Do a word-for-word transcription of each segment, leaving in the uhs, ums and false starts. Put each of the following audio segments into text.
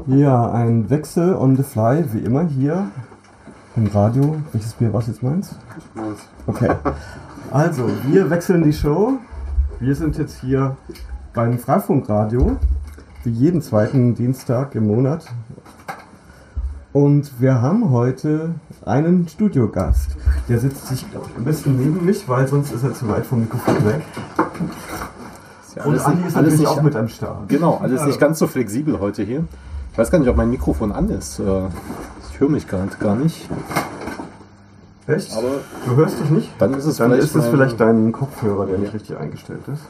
Ja, ein Wechsel on the fly, wie immer hier im Radio. Welches Bier war es jetzt meins? Meins. Okay. Also, wir wechseln die Show. Wir sind jetzt hier beim Freifunkradio, wie jeden zweiten Dienstag im Monat. Und wir haben heute einen Studiogast. Der sitzt sich, glaube ich, ein bisschen neben mich, weil sonst ist er zu weit vom Mikrofon weg. Ja, Und Andi ist natürlich auch mit am Start. Genau, alles nicht ganz so flexibel heute hier. Ich weiß gar nicht, ob mein Mikrofon an ist. Ich höre mich gar, gar nicht. Echt? Aber du hörst dich nicht? Dann ist es, dann vielleicht, ist es vielleicht dein Kopfhörer, der nicht richtig eingestellt ist.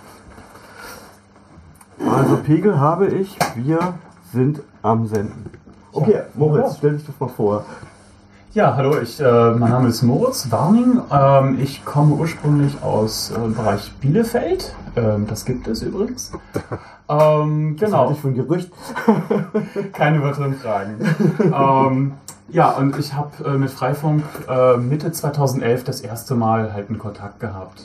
Also Pegel habe ich, wir sind am Senden. Okay, ja, Moritz, stell dich doch mal vor. Ja, hallo, ich, äh, mein Name ist Moritz Warning. Ähm, ich komme ursprünglich aus äh, Bereich Bielefeld. Ähm, das gibt es übrigens. Ähm, das genau. hatte ich von Gerücht. Keine weiteren Fragen. ähm, ja, und ich habe äh, mit Freifunk äh, Mitte zweitausendelf das erste Mal halt einen Kontakt gehabt.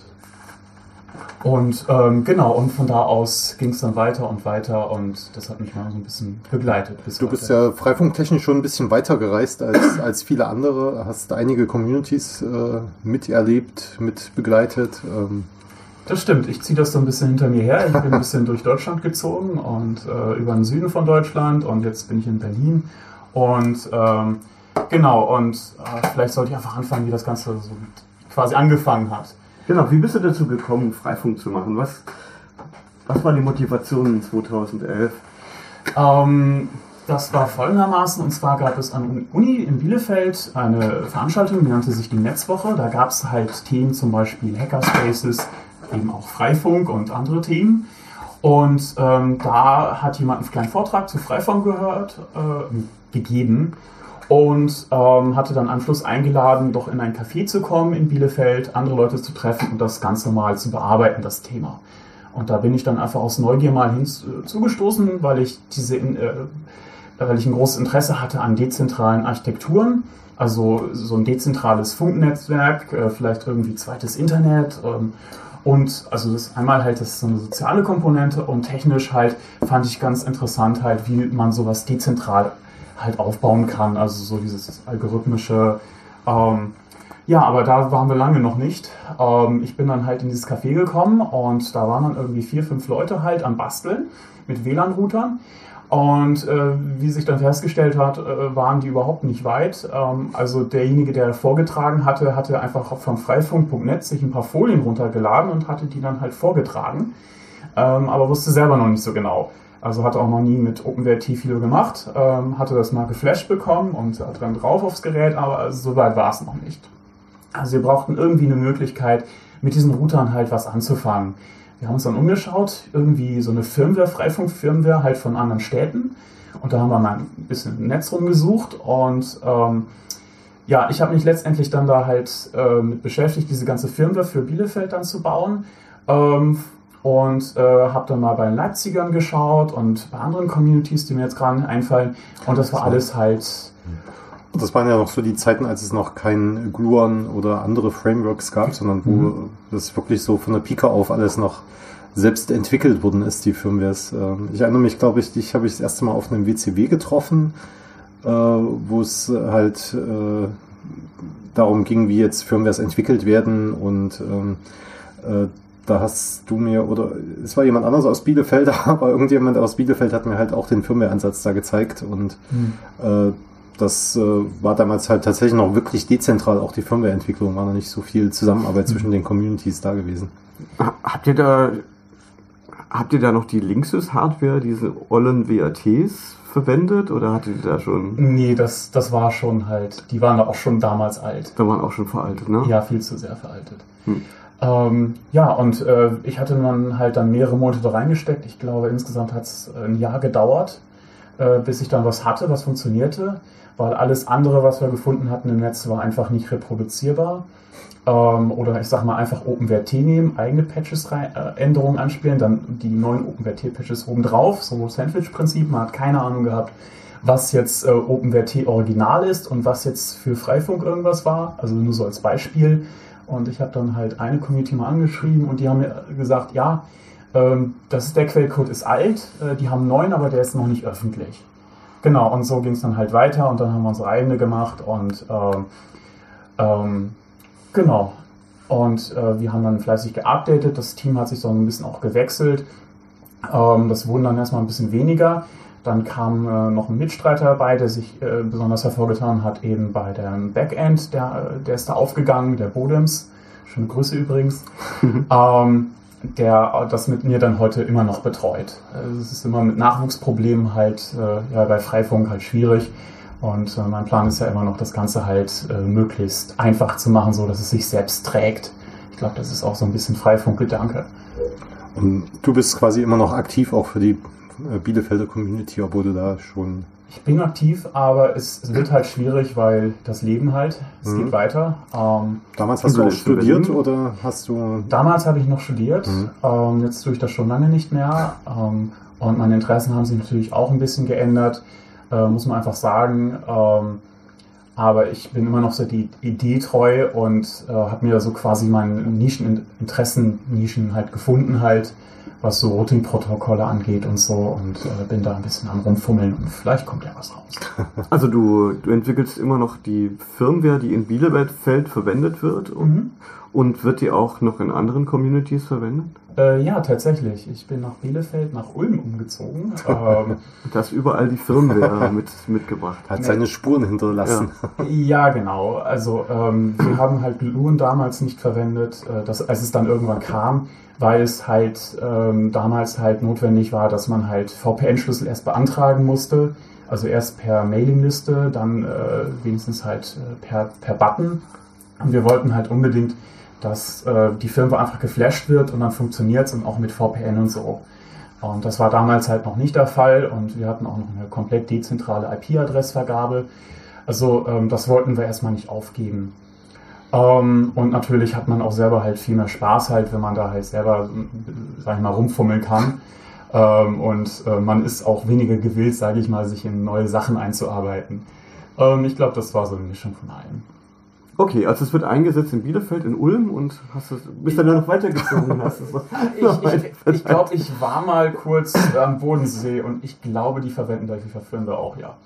Und ähm, genau, und von da aus ging es dann weiter und weiter und das hat mich mal so ein bisschen begleitet. Bis du heute. bist ja freifunktechnisch schon ein bisschen weiter gereist als, als viele andere, hast einige Communities äh, miterlebt, mit begleitet. Ähm. Das stimmt, ich ziehe das so ein bisschen hinter mir her. Ich bin ein bisschen durch Deutschland gezogen und äh, über den Süden von Deutschland und jetzt bin ich in Berlin. Und ähm, genau, und äh, vielleicht sollte ich einfach anfangen, wie das Ganze so quasi angefangen hat. Genau, wie bist du dazu gekommen, Freifunk zu machen? Was, was war die Motivation in zweitausendelf? Ähm, das war folgendermaßen, und zwar gab es an der Uni in Bielefeld eine Veranstaltung, die nannte sich die Netzwoche. Da gab es halt Themen, zum Beispiel Hackerspaces, eben auch Freifunk und andere Themen. Und ähm, da hat jemand einen kleinen Vortrag zu Freifunk gehört, äh, gegeben. Und ähm, hatte dann Anschluss eingeladen, doch in ein Café zu kommen in Bielefeld, andere Leute zu treffen und das Ganze mal zu bearbeiten, das Thema. Und da bin ich dann einfach aus Neugier mal hinzugestoßen, weil ich diese, äh, weil ich ein großes Interesse hatte an dezentralen Architekturen, also so ein dezentrales Funknetzwerk, äh, vielleicht irgendwie zweites Internet. Ähm, und also das einmal halt, das ist so eine soziale Komponente und technisch halt fand ich ganz interessant halt, wie man sowas dezentral halt aufbauen kann, also so dieses algorithmische, ähm, ja, aber da waren wir lange noch nicht. Ähm, ich bin dann halt in dieses Café gekommen und da waren dann irgendwie vier, fünf Leute halt am Basteln mit W L A N-Routern und äh, wie sich dann festgestellt hat, äh, waren die überhaupt nicht weit. Ähm, also derjenige, der vorgetragen hatte, hatte einfach vom freifunk punkt net sich ein paar Folien runtergeladen und hatte die dann halt vorgetragen, ähm, aber wusste selber noch nicht so genau. Also hatte auch noch nie mit OpenWrt viel gemacht, ähm, hatte das mal geflasht bekommen und hat dann drauf aufs Gerät, aber also so weit war es noch nicht. Also wir brauchten irgendwie eine Möglichkeit, mit diesen Routern halt was anzufangen. Wir haben uns dann umgeschaut, irgendwie so eine Firmware, Freifunk-Firmware halt von anderen Städten und da haben wir mal ein bisschen im Netz rumgesucht und ähm, ja, ich habe mich letztendlich dann da halt äh, mit beschäftigt, diese ganze Firmware für Bielefeld dann zu bauen. Ähm, Und äh, habe dann mal bei den Leipzigern geschaut und bei anderen Communities, die mir jetzt gerade einfallen. Und das war alles halt... Das waren ja noch so die Zeiten, als es noch kein Gluon oder andere Frameworks gab, sondern wo mhm. das wirklich so von der Pike auf alles noch selbst entwickelt worden ist, die Firmwares. Ich erinnere mich, glaube ich, dich habe ich das erste Mal auf einem W C W getroffen, äh, wo es halt äh, darum ging, wie jetzt Firmwares entwickelt werden und ähm, äh, da hast du mir, oder es war jemand anders aus Bielefeld, aber irgendjemand aus Bielefeld hat mir halt auch den Firmware-Ansatz da gezeigt und mhm. äh, das äh, war damals halt tatsächlich noch wirklich dezentral, auch die Firmware-Entwicklung, war noch nicht so viel Zusammenarbeit mhm. zwischen den Communities da gewesen. Habt ihr da, habt ihr da noch die Linksys-Hardware, diese ollen W A Ts verwendet oder hattet ihr da schon? Nee, das, das war schon halt, die waren auch schon damals alt. Da waren auch schon veraltet, ne? Ja, viel zu sehr veraltet. Hm. Ähm, ja, und äh, ich hatte dann halt dann mehrere Monate da reingesteckt. Ich glaube, insgesamt hat es ein Jahr gedauert, äh, bis ich dann was hatte, was funktionierte, weil alles andere, was wir gefunden hatten im Netz, war einfach nicht reproduzierbar. Ähm, oder ich sag mal einfach OpenWrt nehmen, eigene Patches, rein, äh, Änderungen anspielen, dann die neuen OpenWrt-Patches oben drauf, so Sandwich-Prinzip. Man hat keine Ahnung gehabt, was jetzt äh, OpenWrt Original ist und was jetzt für Freifunk irgendwas war. Also nur so als Beispiel. Und ich habe dann halt eine Community mal angeschrieben und die haben mir gesagt, ja, ähm, das ist, der Quellcode ist alt, äh, die haben einen neuen, aber der ist noch nicht öffentlich. Genau, und so ging es dann halt weiter und dann haben wir unsere eigene gemacht und ähm, ähm, genau. Und äh, wir haben dann fleißig geupdatet, das Team hat sich so ein bisschen auch gewechselt. Ähm, das wurden dann erstmal ein bisschen weniger. Dann kam äh, noch ein Mitstreiter dabei, der sich äh, besonders hervorgetan hat, eben bei dem Backend, der, der ist da aufgegangen, der Bodems, schöne Grüße übrigens, ähm, der das mit mir dann heute immer noch betreut. Also es ist immer mit Nachwuchsproblemen halt äh, ja, bei Freifunk halt schwierig. Und äh, mein Plan ist ja immer noch, das Ganze halt äh, möglichst einfach zu machen, so dass es sich selbst trägt. Ich glaube, das ist auch so ein bisschen Freifunk-Gedanke. Und du bist quasi immer noch aktiv auch für die äh, Bielefelder Community, obwohl du da schon... Ich bin aktiv, aber es, es wird halt schwierig, weil das Leben halt, es mhm. geht weiter. Ähm, damals hast du auch studiert oder hast du... Damals habe ich noch studiert, mhm. ähm, jetzt tue ich das schon lange nicht mehr. Ähm, und meine Interessen haben sich natürlich auch ein bisschen geändert. Äh, muss man einfach sagen. Ähm, aber ich bin immer noch so die Idee treu und äh, habe mir so quasi meine Nischen, Interessen-Nischen halt gefunden halt, was so Routing-Protokolle angeht und so und äh, bin da ein bisschen am Rumfummeln und vielleicht kommt ja was raus. Also du, du entwickelst immer noch die Firmware, die in Bielefeld verwendet wird und, mhm. und wird die auch noch in anderen Communities verwendet? Äh, ja, tatsächlich. Ich bin nach Bielefeld, nach Ulm umgezogen. ähm, du hast überall die Firmware mit, mitgebracht. Hat nee. seine Spuren hinterlassen. Ja, ja genau. Also ähm, wir haben halt Gluon damals nicht verwendet, äh, das, als es dann irgendwann kam, weil es halt ähm, damals halt notwendig war, dass man halt V P N-Schlüssel erst beantragen musste. Also erst per Mailingliste, dann äh, wenigstens halt äh, per, per Button. Und wir wollten halt unbedingt, dass äh, die Firmware einfach geflasht wird und dann funktioniert es und auch mit V P N und so. Und das war damals halt noch nicht der Fall und wir hatten auch noch eine komplett dezentrale I P-Adressvergabe. Also ähm, das wollten wir erstmal nicht aufgeben. Ähm, und natürlich hat man auch selber halt viel mehr Spaß halt, wenn man da halt selber, sag ich mal, rumfummeln kann. Ähm, und äh, man ist auch weniger gewillt, sage ich mal, sich in neue Sachen einzuarbeiten. Ähm, ich glaube, das war so eine Mischung von allem. Okay, also es wird eingesetzt in Bielefeld, in Ulm und hast du, bist dann da noch weitergezogen? Hast ich ich, ich glaube, ich war mal kurz am Bodensee und ich glaube, die verwenden da die Firmware auch, ja.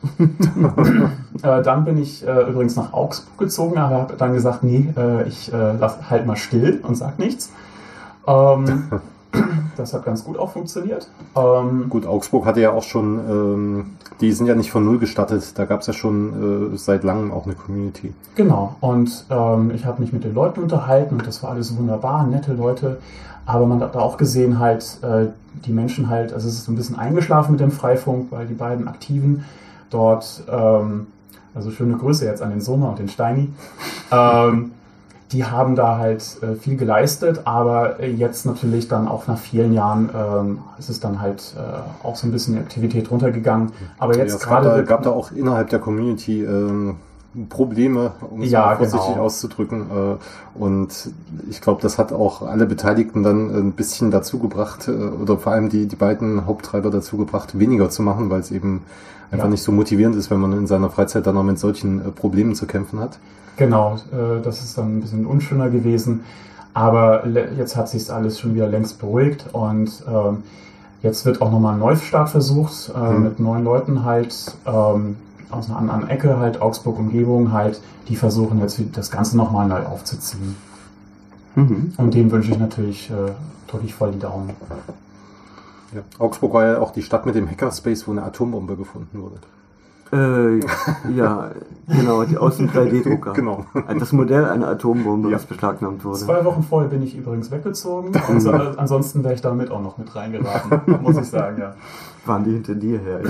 äh, dann bin ich äh, übrigens nach Augsburg gezogen, aber habe dann gesagt, nee, äh, ich äh, lass halt mal still und sag nichts. Ähm, das hat ganz gut auch funktioniert. Ähm, gut, Augsburg hatte ja auch schon, ähm, die sind ja nicht von null gestartet, da gab es ja schon äh, seit langem auch eine Community. Genau, und ähm, ich habe mich mit den Leuten unterhalten und das war alles wunderbar, nette Leute, aber man hat da auch gesehen halt, äh, die Menschen halt, also es ist so ein bisschen eingeschlafen mit dem Freifunk, weil die beiden Aktiven dort, ähm, also schöne Grüße jetzt an den Soma und den Steini, ähm, die haben da halt äh, viel geleistet, aber äh, jetzt natürlich dann auch nach vielen Jahren ähm, ist es dann halt äh, auch so ein bisschen die Aktivität runtergegangen. Aber jetzt ja, gerade... Es gab, gab da auch innerhalb der Community ähm, Probleme, um es ja, mal vorsichtig genau. auszudrücken. Äh, und ich glaube, das hat auch alle Beteiligten dann ein bisschen dazu gebracht, äh, oder vor allem die, die beiden Haupttreiber dazu gebracht, weniger zu machen, weil es eben einfach ja. nicht so motivierend ist, wenn man in seiner Freizeit dann noch mit solchen äh, Problemen zu kämpfen hat. Genau, äh, das ist dann ein bisschen unschöner gewesen, aber le- jetzt hat sich alles schon wieder längst beruhigt und ähm, jetzt wird auch nochmal ein Neustart versucht, äh, hm. mit neuen Leuten halt ähm, aus einer anderen Ecke, halt Augsburg-Umgebung halt, die versuchen jetzt das Ganze nochmal neu aufzuziehen. Mhm. Und dem wünsche ich natürlich, äh, drücke ich voll die Daumen. Ja. Augsburg war ja auch die Stadt mit dem Hackerspace, wo eine Atombombe gefunden wurde. Äh, ja, genau, die aus dem drei D Drucker. Genau. Das Modell einer Atombombe, ja. das beschlagnahmt wurde. Zwei Wochen vorher bin ich übrigens weggezogen. Und so, ansonsten wäre ich damit auch noch mit reingeraten, muss ich sagen, ja. Waren die hinter dir her,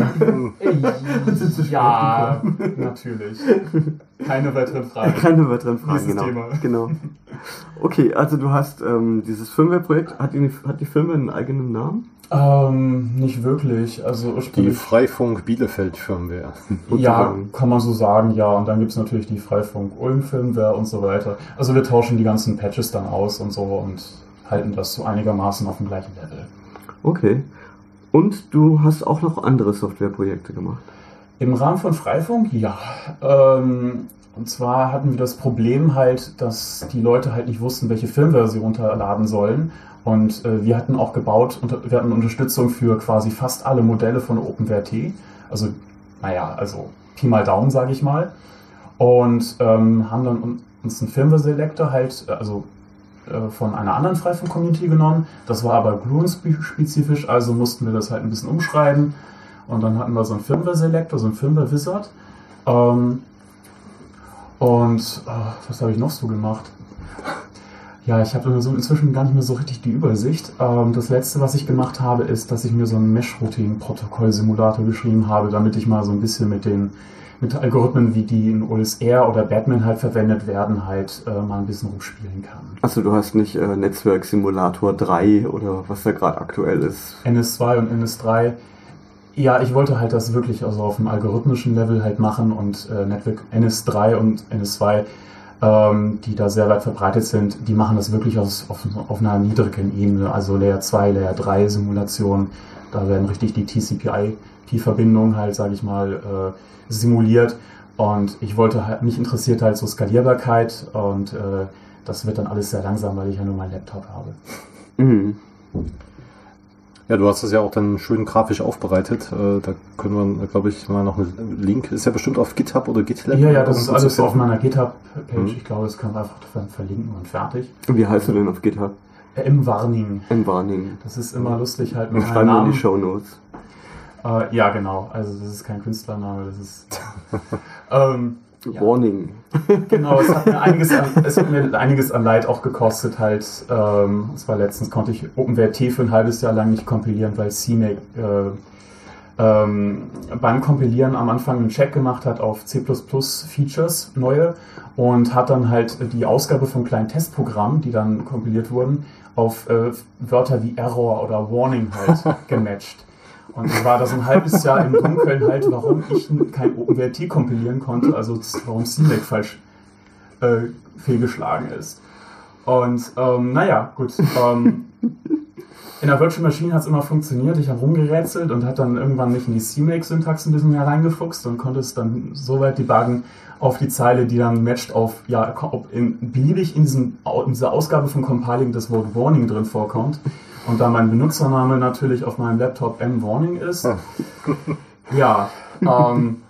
ja? Ja, natürlich. Keine weiteren Fragen. Keine weiteren Fragen, Dieses genau. Thema. genau. Okay, also du hast ähm, dieses Firmware-Projekt, hat die, hat die Firma einen eigenen Namen? Ähm, nicht wirklich. Also die Freifunk Bielefeld Firmware. Ja, kann man so sagen, ja. Und dann gibt es natürlich die Freifunk Ulm Firmware und so weiter. Also wir tauschen die ganzen Patches dann aus und so und halten das so einigermaßen auf dem gleichen Level. Okay. Und du hast auch noch andere Softwareprojekte gemacht? Im Rahmen von Freifunk, ja. Ähm, und zwar hatten wir das Problem halt, dass die Leute halt nicht wussten, welche Firmware sie runterladen sollen. Und äh, wir hatten auch gebaut, unter, wir hatten Unterstützung für quasi fast alle Modelle von OpenWrt. Also naja, also Pi mal Daumen, sage ich mal. Und ähm, haben dann uns einen Firmware-Selector halt, also äh, von einer anderen Freifunk-Community genommen. Das war aber Gluon-spezifisch, also mussten wir das halt ein bisschen umschreiben. Und dann hatten wir so einen Firmware-Selector, so einen Firmware-Wizard. Ähm, und oh, was habe ich noch so gemacht? Ja, ich habe so inzwischen gar nicht mehr so richtig die Übersicht. Ähm, das letzte, was ich gemacht habe, ist, dass ich mir so einen Mesh-Routing-Protokoll-Simulator geschrieben habe, damit ich mal so ein bisschen mit den mit Algorithmen, wie die in O S R oder Batman halt verwendet werden, halt äh, mal ein bisschen rumspielen kann. Achso, du hast nicht äh, Netzwerk-Simulator drei oder was da gerade aktuell ist? N S zwei und N S drei. Ja, ich wollte halt das wirklich also auf dem algorithmischen Level halt machen und äh, Network N S drei und N S zwei, ähm, die da sehr weit verbreitet sind, die machen das wirklich aus, auf, auf einer niedrigen Ebene, also Layer zwei, Layer drei Simulation. Da werden richtig die T C P I P-Verbindungen halt, sage ich mal, äh, simuliert. Und ich wollte halt, mich interessiert halt so Skalierbarkeit und äh, das wird dann alles sehr langsam, weil ich ja nur meinen Laptop habe. Mhm. Ja, du hast das ja auch dann schön grafisch aufbereitet. Äh, da können wir, glaube ich, mal noch einen Link. Ist ja bestimmt auf GitHub oder GitLab. Ja, ja, das ist alles auf meiner GitHub-Page. Mhm. Ich glaube, das können wir einfach verlinken und fertig. Und wie heißt du denn auf GitHub? Äh, M-Warning. M-Warning. Das ist immer lustig halt mit meinem Namen. Schreiben wir in die Shownotes. Äh, ja, genau. Also das ist kein Künstlername, das ist... ähm, ja. Warning. Genau, es hat mir einiges an, es hat mir einiges an Leid auch gekostet halt. Ähm, es war letztens, konnte ich OpenWrt für ein halbes Jahr lang nicht kompilieren, weil C M A äh, ähm, beim Kompilieren am Anfang einen Check gemacht hat auf C plus plus Features, neue, und hat dann halt die Ausgabe von kleinen Testprogrammen, die dann kompiliert wurden, auf äh, Wörter wie Error oder Warning halt gematcht. Und ich war da so ein halbes Jahr im Dunkeln halt, warum ich kein OpenWrt kompilieren konnte, also warum C M A C falsch äh, fehlgeschlagen ist. Und ähm, naja, gut. Ähm, in der Virtual Machine hat es immer funktioniert, ich habe rumgerätselt und hat dann irgendwann mich in die C M A C-Syntax ein bisschen mehr reingefuchst und konnte es dann so weit debuggen auf die Zeile, die dann matcht auf, ja, ob in, beliebig in, diesem, in dieser Ausgabe von Compiling das Wort Warning drin vorkommt. Und da mein Benutzername natürlich auf meinem Laptop M-Warning ist, ja, ähm,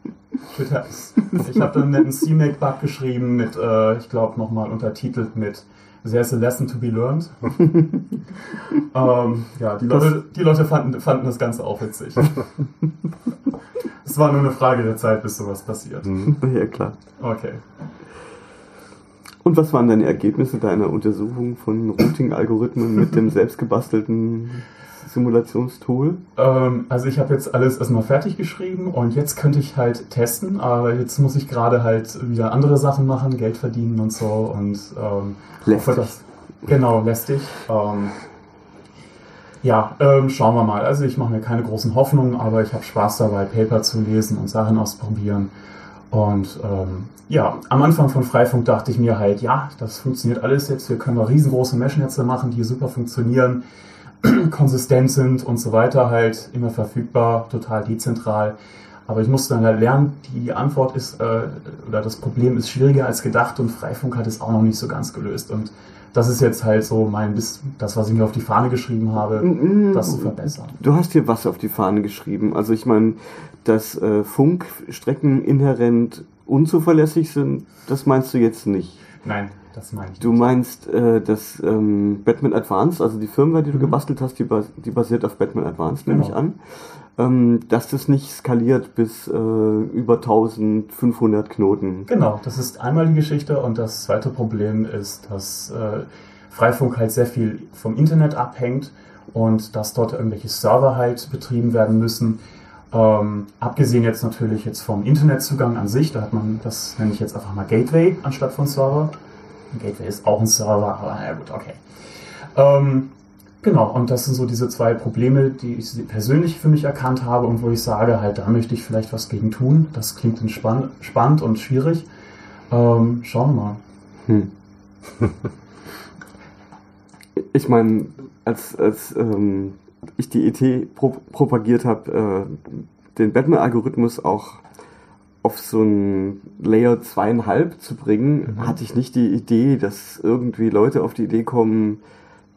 ich habe dann einen C M A C-Bug geschrieben mit, äh, ich glaube nochmal untertitelt mit There's a lesson to be learned. ähm, ja, die Leute, die Leute fanden, fanden das Ganze auch witzig. Es war nur eine Frage der Zeit, bis sowas passiert. Ja, klar. Okay. Und was waren deine Ergebnisse deiner Untersuchung von Routing-Algorithmen mit dem selbstgebastelten Simulationstool? Ähm, also ich habe jetzt alles erstmal fertig geschrieben und jetzt könnte ich halt testen, aber jetzt muss ich gerade halt wieder andere Sachen machen, Geld verdienen und so und ähm, lästig. Das, genau, lästig. Ähm, ja, ähm, schauen wir mal. Also ich mache mir keine großen Hoffnungen, aber ich habe Spaß dabei, Paper zu lesen und Sachen ausprobieren. Und ähm, ja, am Anfang von Freifunk dachte ich mir halt, ja, das funktioniert alles jetzt, wir können mal riesengroße Mesh-Netze machen, die super funktionieren, konsistent sind und so weiter, halt immer verfügbar, total dezentral. Aber ich musste dann halt lernen, die Antwort ist, äh, oder das Problem ist schwieriger als gedacht und Freifunk hat es auch noch nicht so ganz gelöst. Und das ist jetzt halt so mein, das, was ich mir auf die Fahne geschrieben habe, das zu verbessern. Du hast hier was auf die Fahne geschrieben. Also ich meine, dass äh, Funkstrecken inhärent unzuverlässig sind, das meinst du jetzt nicht? Nein, das meine ich nicht. Du meinst, äh, dass ähm, Batman Advanced, also die Firmware, die du mhm. gebastelt hast, die, bas- die basiert auf Batman Advanced, nehme ich an, ähm, dass das nicht skaliert bis äh, über eintausendfünfhundert Knoten. Genau, das ist einmal die Geschichte und das zweite Problem ist, dass äh, Freifunk halt sehr viel vom Internet abhängt und dass dort irgendwelche Server halt betrieben werden müssen. Ähm, abgesehen jetzt natürlich jetzt vom Internetzugang an sich, da hat man, das nenne ich jetzt einfach mal Gateway anstatt von Server. Ein Gateway ist auch ein Server, aber na gut, okay. Ähm, genau, und das sind so diese zwei Probleme, die ich persönlich für mich erkannt habe und wo ich sage, halt, da möchte ich vielleicht was gegen tun. Das klingt entspann- spannend und schwierig. Ähm, schauen wir mal. Hm. Ich meine, als, als ähm, ich die Idee pro- propagiert habe, äh, den Batman-Algorithmus auch auf so ein Layer zweieinhalb zu bringen, mhm. hatte ich nicht die Idee, dass irgendwie Leute auf die Idee kommen,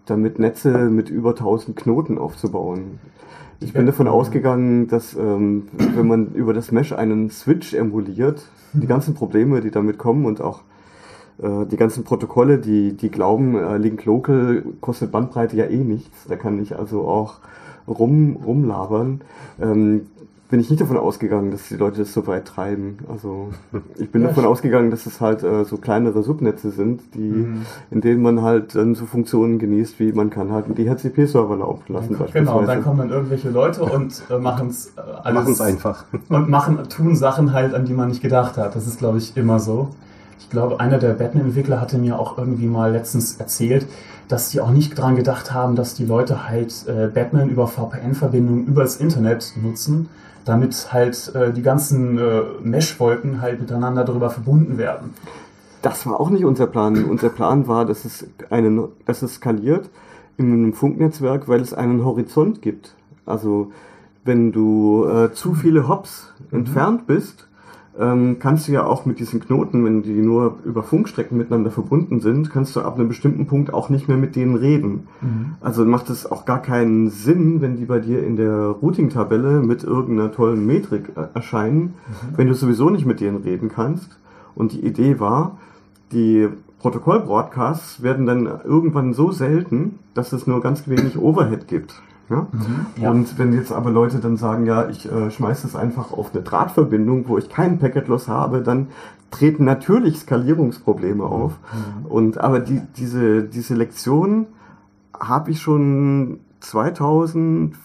damit Netze mit über tausend Knoten aufzubauen. Ich bin davon ausgegangen, dass ähm, wenn man über das Mesh einen Switch emuliert, die ganzen Probleme, die damit kommen und auch äh, die ganzen Protokolle, die, die glauben, äh, Link Local kostet Bandbreite ja eh nichts, da kann ich also auch rum, rumlabern, ähm, bin ich nicht davon ausgegangen, dass die Leute das so weit treiben. Also ich bin ja, davon ausgegangen, dass es halt äh, so kleinere Subnetze sind, die, mhm. in denen man halt dann so Funktionen genießt, wie man kann halt D H C P-Server laufen lassen. Genau, dann kommen dann irgendwelche Leute und äh, machen es äh, alles. Machen es einfach. Und machen, tun Sachen halt, an die man nicht gedacht hat. Das ist, glaube ich, immer so. Ich glaube, einer der Batman-Entwickler hatte mir auch irgendwie mal letztens erzählt, dass die auch nicht dran gedacht haben, dass die Leute halt äh, Batman über V P N-Verbindungen übers Internet nutzen, damit halt äh, die ganzen äh, Mesh-Wolken halt miteinander darüber verbunden werden. Das war auch nicht unser Plan. Unser Plan war, dass es, einen, dass es skaliert in einem Funknetzwerk, weil es einen Horizont gibt. Also wenn du äh, zu viele Hops mhm. entfernt bist, ähm, kannst du ja auch mit diesen Knoten, wenn die nur über Funkstrecken miteinander verbunden sind, kannst du ab einem bestimmten Punkt auch nicht mehr mit denen reden. Mhm. Also macht es auch gar keinen Sinn, wenn die bei dir in der Routing-Tabelle mit irgendeiner tollen Metrik äh, erscheinen, mhm. wenn du sowieso nicht mit denen reden kannst. Und die Idee war, die Protokoll-Broadcasts werden dann irgendwann so selten, dass es nur ganz wenig Overhead gibt. Ja? Mhm, ja. Und wenn jetzt aber Leute dann sagen, ja, ich äh, schmeiße es einfach auf eine Drahtverbindung, wo ich keinen Packet-Loss habe, dann treten natürlich Skalierungsprobleme auf. Mhm. Und aber die, diese, diese Lektion habe ich schon zweitausendfünf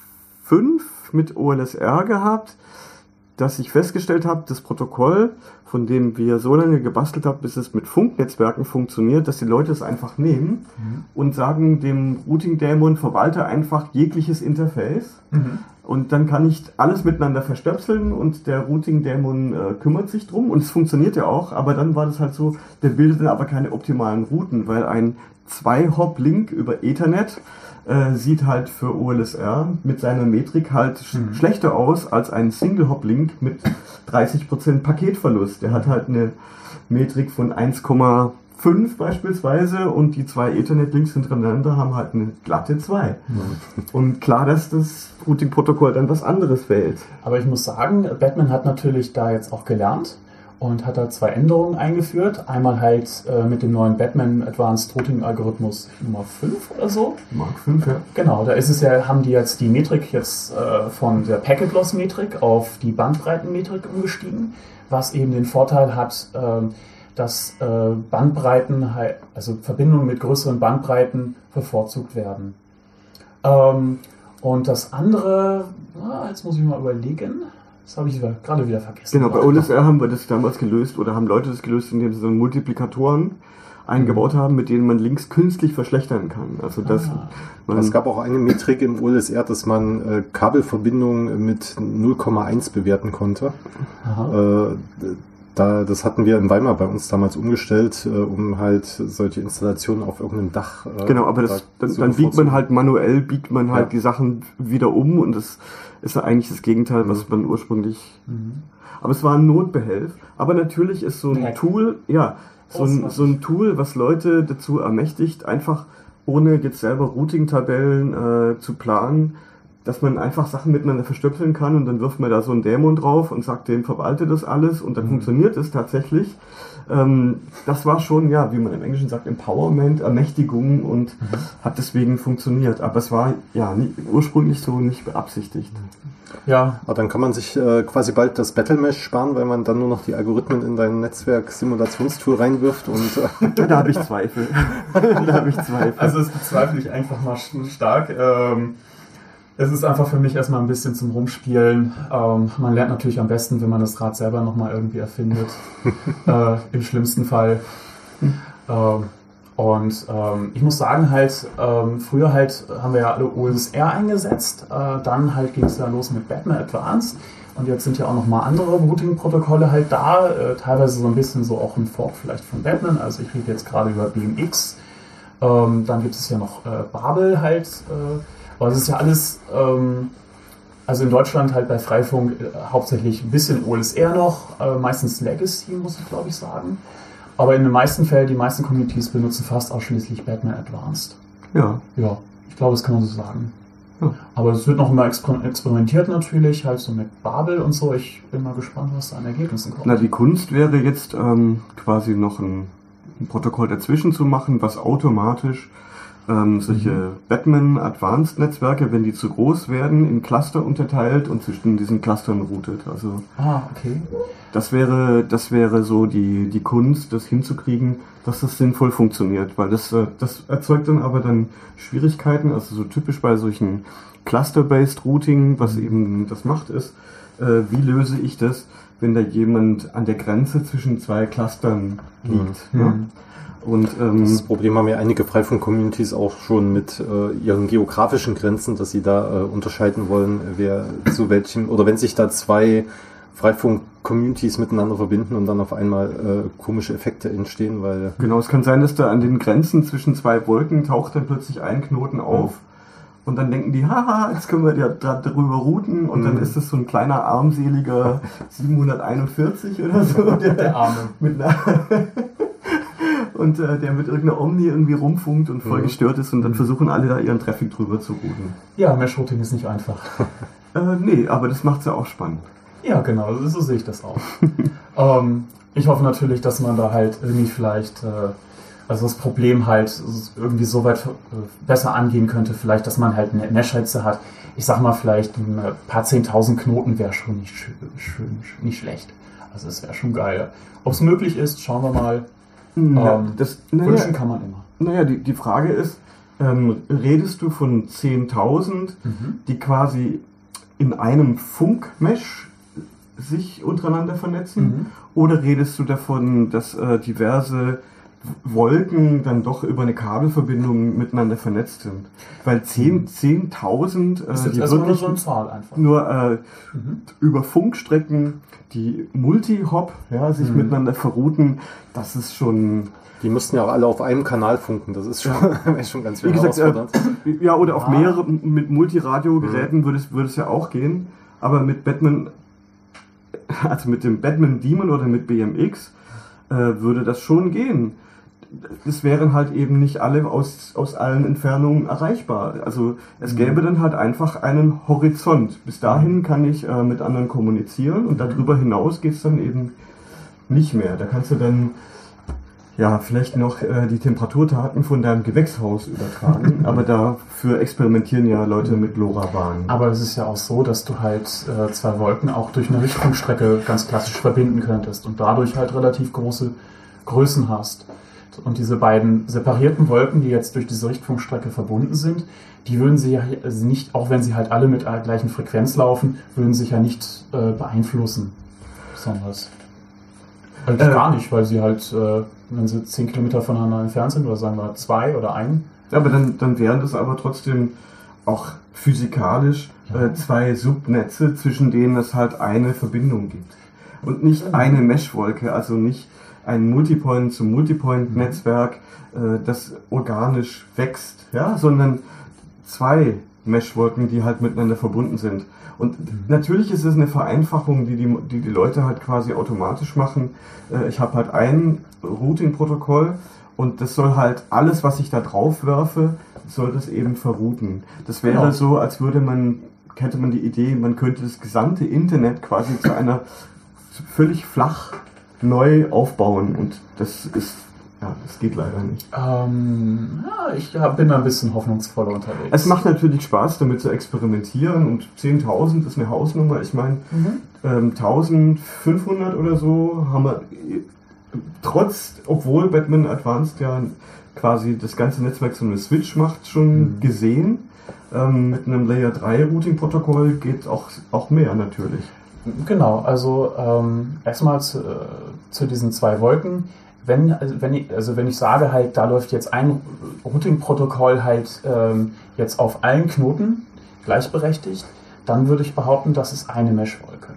mit O L S R gehabt, dass ich festgestellt habe, das Protokoll, von dem wir so lange gebastelt haben, bis es mit Funknetzwerken funktioniert, dass die Leute es einfach nehmen mhm. und sagen dem Routing-Dämon, verwalte einfach jegliches Interface mhm. und dann kann ich alles miteinander verstöpseln und der Routing-Dämon äh, kümmert sich drum und es funktioniert ja auch, aber dann war das halt so, der bildet dann aber keine optimalen Routen, weil ein Zwei-Hop-Link über Ethernet äh, sieht halt für O L S R mit seiner Metrik halt mhm. schlechter aus als ein Single-Hop-Link mit dreißig Prozent Paketverlust. Der hat halt eine Metrik von eins Komma fünf beispielsweise und die zwei Ethernet-Links hintereinander haben halt eine glatte zwei. Mhm. Und klar, dass das Routing-Protokoll dann was anderes wählt. Aber ich muss sagen, Batman hat natürlich da jetzt auch gelernt und hat da zwei Änderungen eingeführt. Einmal halt äh, mit dem neuen Batman Advanced Routing Algorithmus Nummer fünf oder so. Mark fünf, ja. Genau, da ist es ja, haben die jetzt die Metrik jetzt äh, von der Packet Loss Metrik auf die Bandbreitenmetrik umgestiegen, was eben den Vorteil hat, äh, dass äh, Bandbreiten, also Verbindungen mit größeren Bandbreiten bevorzugt werden. Ähm, und das andere, ah, jetzt muss ich mal überlegen. Das habe ich gerade wieder vergessen. Genau, bei O L S R haben wir das damals gelöst oder haben Leute das gelöst, indem sie so Multiplikatoren eingebaut haben, mit denen man Links künstlich verschlechtern kann. Also das, ah. man es gab auch eine Metrik im O L S R, dass man äh, Kabelverbindungen mit null Komma eins bewerten konnte. Äh, da, das hatten wir in Weimar bei uns damals umgestellt, äh, um halt solche Installationen auf irgendeinem Dach äh, Genau, aber das, da dann, dann biegt man halt manuell, biegt man halt ja. die Sachen wieder um und das ist ja eigentlich das Gegenteil, was man ursprünglich... Mhm. Aber es war ein Notbehelf. Aber natürlich ist so ein Heck. Tool, ja, so ein, so ein Tool, was Leute dazu ermächtigt, einfach ohne jetzt selber Routing-Tabellen äh, zu planen, dass man einfach Sachen miteinander verstöpseln kann und dann wirft man da so einen Dämon drauf und sagt dem, verwalte das alles und dann mhm. funktioniert es tatsächlich. Ähm, das war schon, ja, wie man im Englischen sagt, Empowerment, Ermächtigung und mhm. hat deswegen funktioniert. Aber es war ja nie, ursprünglich so nicht beabsichtigt. Ja. Aber dann kann man sich äh, quasi bald das Battle Mesh sparen, weil man dann nur noch die Algorithmen in dein Netzwerk-Simulationstool reinwirft und äh da habe ich Zweifel. da habe ich Zweifel. Also das bezweifle ich einfach mal stark. Ähm, Es ist einfach für mich erstmal ein bisschen zum Rumspielen. Ähm, man lernt natürlich am besten, wenn man das Rad selber nochmal irgendwie erfindet. äh, Im schlimmsten Fall. Ähm, und ähm, ich muss sagen, halt, ähm, früher halt haben wir ja alle O L S R eingesetzt. Äh, dann halt ging es ja los mit Batman Advanced. Und jetzt sind ja auch nochmal andere Routing-Protokolle halt da. Äh, teilweise so ein bisschen so auch ein Fork vielleicht von Batman. Also ich rede jetzt gerade über B M X. Ähm, dann gibt es ja noch äh, Babel halt. Äh, Aber es ist ja alles, ähm, also in Deutschland halt bei Freifunk äh, hauptsächlich ein bisschen O L S R noch, äh, meistens Legacy, muss ich glaube ich sagen. Aber in den meisten Fällen, die meisten Communities benutzen fast ausschließlich Batman Advanced. Ja. Ja, ich glaube, das kann man so sagen. Ja. Aber es wird noch immer exper- experimentiert natürlich, halt so mit Babel und so. Ich bin mal gespannt, was da an Ergebnissen kommt. Na, die Kunst wäre jetzt ähm, quasi noch ein, ein Protokoll dazwischen zu machen, was automatisch ähm, solche mhm. Batman-Advanced-Netzwerke, wenn die zu groß werden, in Cluster unterteilt und zwischen diesen Clustern routet. Also ah, okay. Das wäre, das wäre so die, die Kunst, das hinzukriegen, dass das sinnvoll funktioniert, weil das, das erzeugt dann aber dann Schwierigkeiten, also so typisch bei solchen Cluster-Based Routing, was mhm. eben das macht, ist, äh, wie löse ich das, wenn da jemand an der Grenze zwischen zwei Clustern liegt. Mhm. Ja? Und, ähm, das Problem haben ja einige Freifunk-Communities auch schon mit äh, ihren geografischen Grenzen, dass sie da äh, unterscheiden wollen, wer zu welchem, oder wenn sich da zwei Freifunk-Communities miteinander verbinden und dann auf einmal äh, komische Effekte entstehen, weil... Genau, es kann sein, dass da an den Grenzen zwischen zwei Wolken taucht dann plötzlich ein Knoten auf. Mhm. Und dann denken die, haha, jetzt können wir ja darüber routen. Und mhm. dann ist es so ein kleiner, armseliger siebenhunderteinundvierzig oder so. Der, der Arme. Mit einer und äh, der mit irgendeiner Omni irgendwie rumfunkt und voll mhm. gestört ist. Und dann versuchen alle da ihren Traffic drüber zu routen. Ja, Mesh-Routing ist nicht einfach. äh, nee, aber das macht es ja auch spannend. Ja, genau, so sehe ich das auch. ähm, ich hoffe natürlich, dass man da halt irgendwie vielleicht... Äh, Also das Problem halt irgendwie so weit besser angehen könnte, vielleicht, dass man halt eine Mesh-Netze hat. Ich sag mal, vielleicht ein paar zehntausend Knoten wäre schon nicht, schön, schön, nicht schlecht. Also es wäre schon geil. Ob es möglich ist, schauen wir mal. Ja, ähm, das, naja, wünschen kann man immer. Naja, die, die Frage ist, ähm, redest du von zehntausend, mhm. die quasi in einem Funk-Mesh sich untereinander vernetzen? Mhm. Oder redest du davon, dass äh, diverse Wolken dann doch über eine Kabelverbindung miteinander vernetzt sind? Weil zehntausend äh, die wirklich nur, so eine Zahl einfach. nur äh, mhm. über Funkstrecken, die Multi-Hop ja, sich mhm. miteinander verrouten, das ist schon... Die müssten ja auch alle auf einem Kanal funken, das ist schon, ja. schon ganz viel herausfordernd. Äh, ja, oder auf ah. mehrere, mit Multiradio-Geräten mhm. würde es, würde es ja auch gehen, aber mit Batman, also mit dem Batman Demon oder mit B M X äh, würde das schon gehen. Es wären halt eben nicht alle aus, aus allen Entfernungen erreichbar. Also es gäbe dann halt einfach einen Horizont. Bis dahin kann ich äh, mit anderen kommunizieren und darüber hinaus geht es dann eben nicht mehr. Da kannst du dann ja vielleicht noch äh, die Temperaturdaten von deinem Gewächshaus übertragen, aber dafür experimentieren ja Leute mit LoRaWAN. Aber es ist ja auch so, dass du halt äh, zwei Wolken auch durch eine Richtfunkstrecke ganz klassisch verbinden könntest und dadurch halt relativ große Größen hast. Und diese beiden separierten Wolken, die jetzt durch diese Richtfunkstrecke verbunden sind, die würden sie ja also nicht, auch wenn sie halt alle mit der gleichen Frequenz laufen, würden sich ja nicht äh, beeinflussen. Besonders. Halt äh, gar nicht, weil sie halt, äh, wenn sie zehn Kilometer voneinander entfernt sind, oder sagen wir zwei oder ein. Ja, aber dann, dann wären das aber trotzdem auch physikalisch ja. äh, zwei Subnetze, zwischen denen es halt eine Verbindung gibt. Und nicht ja. eine Meshwolke, also nicht ein Multipoint zum Multipoint-Netzwerk, äh, das organisch wächst, ja, sondern zwei Meshwolken, die halt miteinander verbunden sind. Und mhm. natürlich ist es eine Vereinfachung, die die, die die Leute halt quasi automatisch machen. Äh, ich habe halt ein Routing-Protokoll und das soll halt alles, was ich da drauf werfe, soll das eben verrouten. Das wäre genau. so, als würde man, hätte man die Idee, man könnte das gesamte Internet quasi zu einer völlig flach neu aufbauen und das ist, ja, das geht leider nicht. Ähm, ja, ich bin da ein bisschen hoffnungsvoller unterwegs. Es macht natürlich Spaß, damit zu experimentieren und zehntausend ist eine Hausnummer. Ich meine, mhm. ähm, eintausendfünfhundert oder so haben wir trotz, obwohl Batman Advanced ja quasi das ganze Netzwerk so eine Switch macht, schon mhm. gesehen. Ähm, mit einem Layer drei Routing-Protokoll geht auch, auch mehr natürlich. Genau, also ähm, erstmal zu, äh, zu diesen zwei Wolken. Wenn, also wenn, ich, also wenn ich sage halt, da läuft jetzt ein Routing-Protokoll halt ähm, jetzt auf allen Knoten gleichberechtigt, dann würde ich behaupten, das ist eine Mesh-Wolke.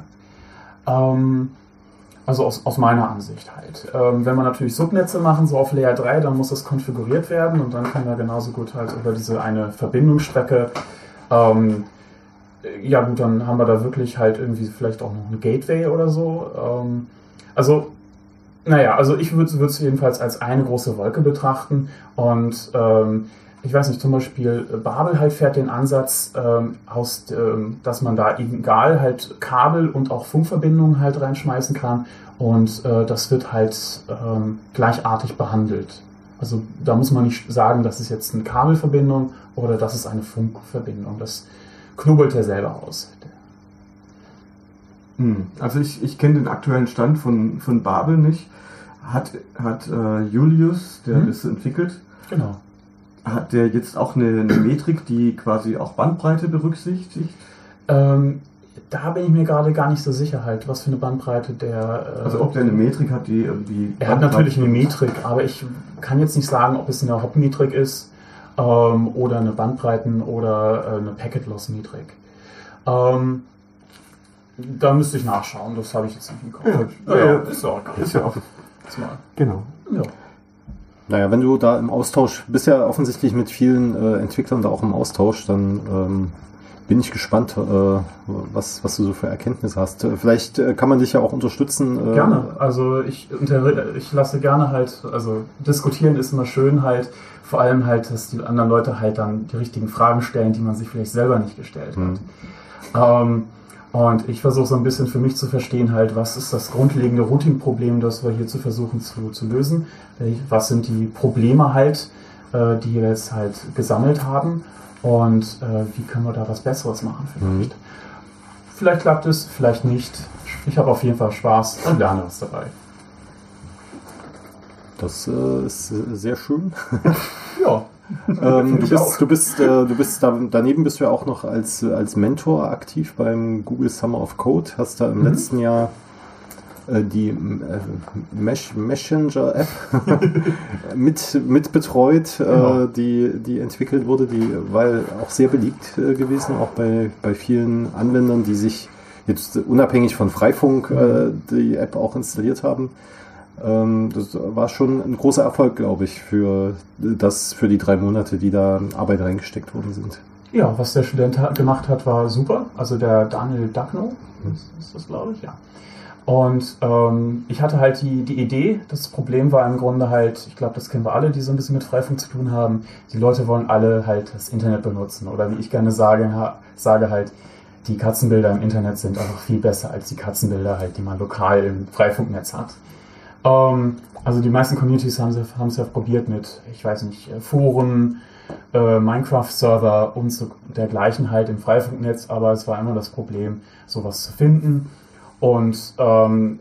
Ähm, also aus, aus meiner Ansicht halt. Ähm, wenn wir natürlich Subnetze machen, so auf Layer drei, dann muss das konfiguriert werden und dann können wir genauso gut halt über diese eine Verbindungsstrecke ähm, ja gut, dann haben wir da wirklich halt irgendwie vielleicht auch noch eine Gateway oder so. Ähm, also, naja, also ich würde es jedenfalls als eine große Wolke betrachten und ähm, ich weiß nicht, zum Beispiel Babel halt fährt den Ansatz ähm, aus, ähm, dass man da egal halt Kabel und auch Funkverbindungen halt reinschmeißen kann und äh, das wird halt ähm, gleichartig behandelt. Also da muss man nicht sagen, das ist jetzt eine Kabelverbindung oder das ist eine Funkverbindung. Das knubbelt er selber aus. Hm. Also ich, ich kenne den aktuellen Stand von, von Babel nicht. Hat, hat äh, Julius, der hm? das entwickelt, genau. Hat der jetzt auch eine, eine Metrik, die quasi auch Bandbreite berücksichtigt? Ähm, da bin ich mir gerade gar nicht so sicher halt, was für eine Bandbreite der... Äh, also ob der eine Metrik hat, die irgendwie... Er hat natürlich eine Metrik, aber ich kann jetzt nicht sagen, ob es eine Hop-Metrik ist ähm, oder eine Bandbreiten- oder äh, eine Packet-Loss-Metrik. Ähm, da müsste ich nachschauen, das habe ich jetzt nicht im Kopf. Ja, ja, ja, ist ja auch egal. Ist ja auch... Genau. Ja. Naja, wenn du da im Austausch, bist ja offensichtlich mit vielen äh, Entwicklern da auch im Austausch, dann ähm, bin ich gespannt, äh, was, was du so für Erkenntnisse hast. Vielleicht äh, kann man dich ja auch unterstützen. Äh, gerne, also ich, ich lasse gerne halt, also diskutieren ist immer schön halt, vor allem halt, dass die anderen Leute halt dann die richtigen Fragen stellen, die man sich vielleicht selber nicht gestellt hat. Mhm. Ähm, Und ich versuche so ein bisschen für mich zu verstehen, halt, was ist das grundlegende Routing-Problem, das wir hier zu versuchen zu, zu lösen. Was sind die Probleme halt, äh, die wir jetzt halt gesammelt haben und äh, wie können wir da was Besseres machen vielleicht. Mhm. Vielleicht klappt es, vielleicht nicht. Ich habe auf jeden Fall Spaß und lerne was dabei. Das äh, ist sehr schön. Ja. ähm, du, bist, du bist, äh, du bist da, daneben bist du ja auch noch als, als Mentor aktiv beim Google Summer of Code. Hast da im mhm. letzten Jahr äh, die äh, Mesh, Messenger-App mit, mit betreut, genau. äh, die, die entwickelt wurde. Die war auch sehr beliebt äh, gewesen, auch bei, bei vielen Anwendern, die sich jetzt unabhängig von Freifunk äh, die App auch installiert haben. Das war schon ein großer Erfolg, glaube ich, für das, für die drei Monate, die da Arbeit reingesteckt worden sind. Ja, was der Student gemacht hat, war super. Also der Daniel Dagno, ist das, glaube ich, ja. Und ähm, ich hatte halt die, die Idee, das Problem war im Grunde halt, ich glaube, das kennen wir alle, die so ein bisschen mit Freifunk zu tun haben, die Leute wollen alle halt das Internet benutzen. Oder wie ich gerne sage, ha, sage halt, die Katzenbilder im Internet sind einfach viel besser als die Katzenbilder halt, die man lokal im Freifunknetz hat. Ähm, also die meisten Communities haben es haben ja probiert mit, ich weiß nicht, Foren, äh, Minecraft-Server und so dergleichen halt im Freifunknetz, aber es war immer das Problem, sowas zu finden und ähm,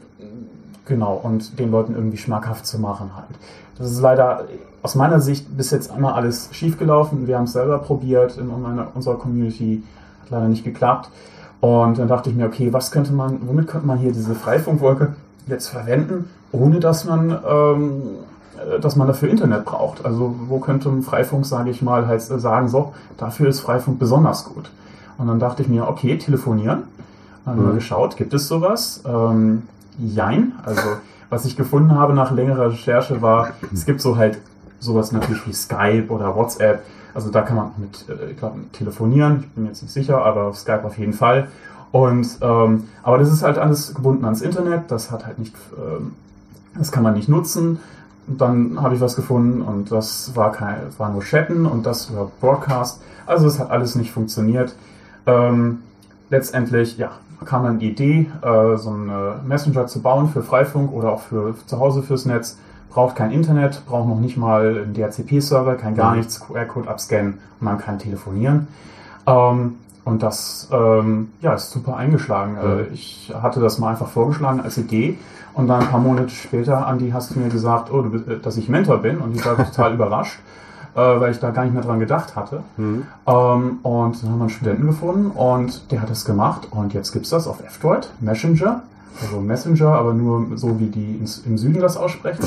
genau, und den Leuten irgendwie schmackhaft zu machen halt. Das ist leider aus meiner Sicht bis jetzt einmal alles schief gelaufen. Wir haben es selber probiert in meiner, unserer Community, hat leider nicht geklappt. Und dann dachte ich mir, okay, was könnte man, womit könnte man hier diese Freifunkwolke jetzt verwenden, ohne dass man, ähm, dass man dafür Internet braucht. Also wo könnte ein Freifunk, sage ich mal, halt sagen, so, dafür ist Freifunk besonders gut. Und dann dachte ich mir, okay, telefonieren. Dann haben wir geschaut, gibt es sowas? Ähm, jein. Also was ich gefunden habe nach längerer Recherche war, es gibt so halt sowas natürlich wie Skype oder WhatsApp. Also da kann man mit, ich glaube, telefonieren. Ich bin jetzt nicht sicher, aber auf Skype auf jeden Fall. Und ähm, aber das ist halt alles gebunden ans Internet. Das hat halt nicht, ähm, das kann man nicht nutzen. Und dann habe ich was gefunden und das war kein, war nur Chatten und das war Broadcast. Also es hat alles nicht funktioniert. Ähm, letztendlich, ja, kam dann die Idee, äh, so einen Messenger zu bauen für Freifunk oder auch für zu Hause fürs Netz. Braucht kein Internet, braucht noch nicht mal einen D H C P-Server, kann gar nichts, Q R-Code abscannen und man kann telefonieren. Ähm, Und das ähm, ja, ist super eingeschlagen. Ja. Ich hatte das mal einfach vorgeschlagen als Idee und dann ein paar Monate später, Andi, hast du mir gesagt, oh, du bist, dass ich Mentor bin und ich war total überrascht, äh, weil ich da gar nicht mehr dran gedacht hatte. Mhm. Ähm, und dann haben wir einen Studenten gefunden und der hat das gemacht und jetzt gibt es das auf F-Droid, Messenger, also Messenger, aber nur so, wie die ins, im Süden das aussprechen.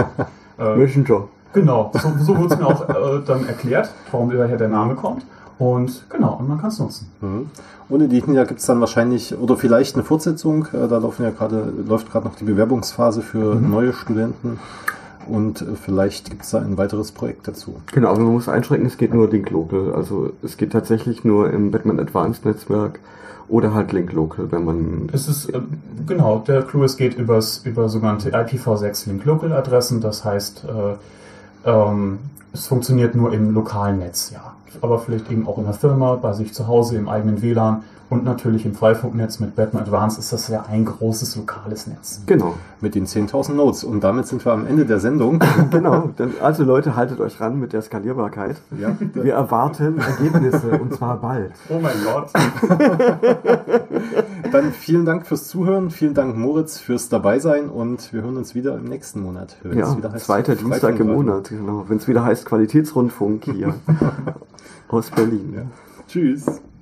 äh, Messenger. Genau, so, so wurde es mir auch äh, dann erklärt, warum daher der Name kommt. Und genau, und man kann es nutzen. Mhm. Ohne die ja gibt es dann wahrscheinlich oder vielleicht eine Fortsetzung. Da laufen ja gerade, läuft gerade noch die Bewerbungsphase für mhm. neue Studenten und vielleicht gibt es da ein weiteres Projekt dazu. Genau, aber man muss einschränken, es geht nur Link Local. Also es geht tatsächlich nur im Batman Advanced Netzwerk oder halt Link Local, wenn man... Es ist, äh, genau, der Clou, es geht übers, über sogenannte I P v sechs Link Local Adressen, das heißt, äh, ähm, Es funktioniert nur im lokalen Netz, ja. Aber vielleicht eben auch in der Firma, bei sich zu Hause, im eigenen W L A N und natürlich im Freifunknetz mit Batman Advanced ist das ja ein großes lokales Netz. Genau. Mit den zehntausend Nodes. Und damit sind wir am Ende der Sendung. Genau. Also Leute, haltet euch ran mit der Skalierbarkeit. Ja. Wir erwarten Ergebnisse und zwar bald. Oh mein Gott. Dann vielen Dank fürs Zuhören. Vielen Dank Moritz fürs Dabeisein und wir hören uns wieder im nächsten Monat. Wenn Ja, es wieder heißt, zweiter Dienstag im Monat. Genau. Wenn es wieder heißt Qualitätsrundfunk hier aus Berlin. Ja. Tschüss.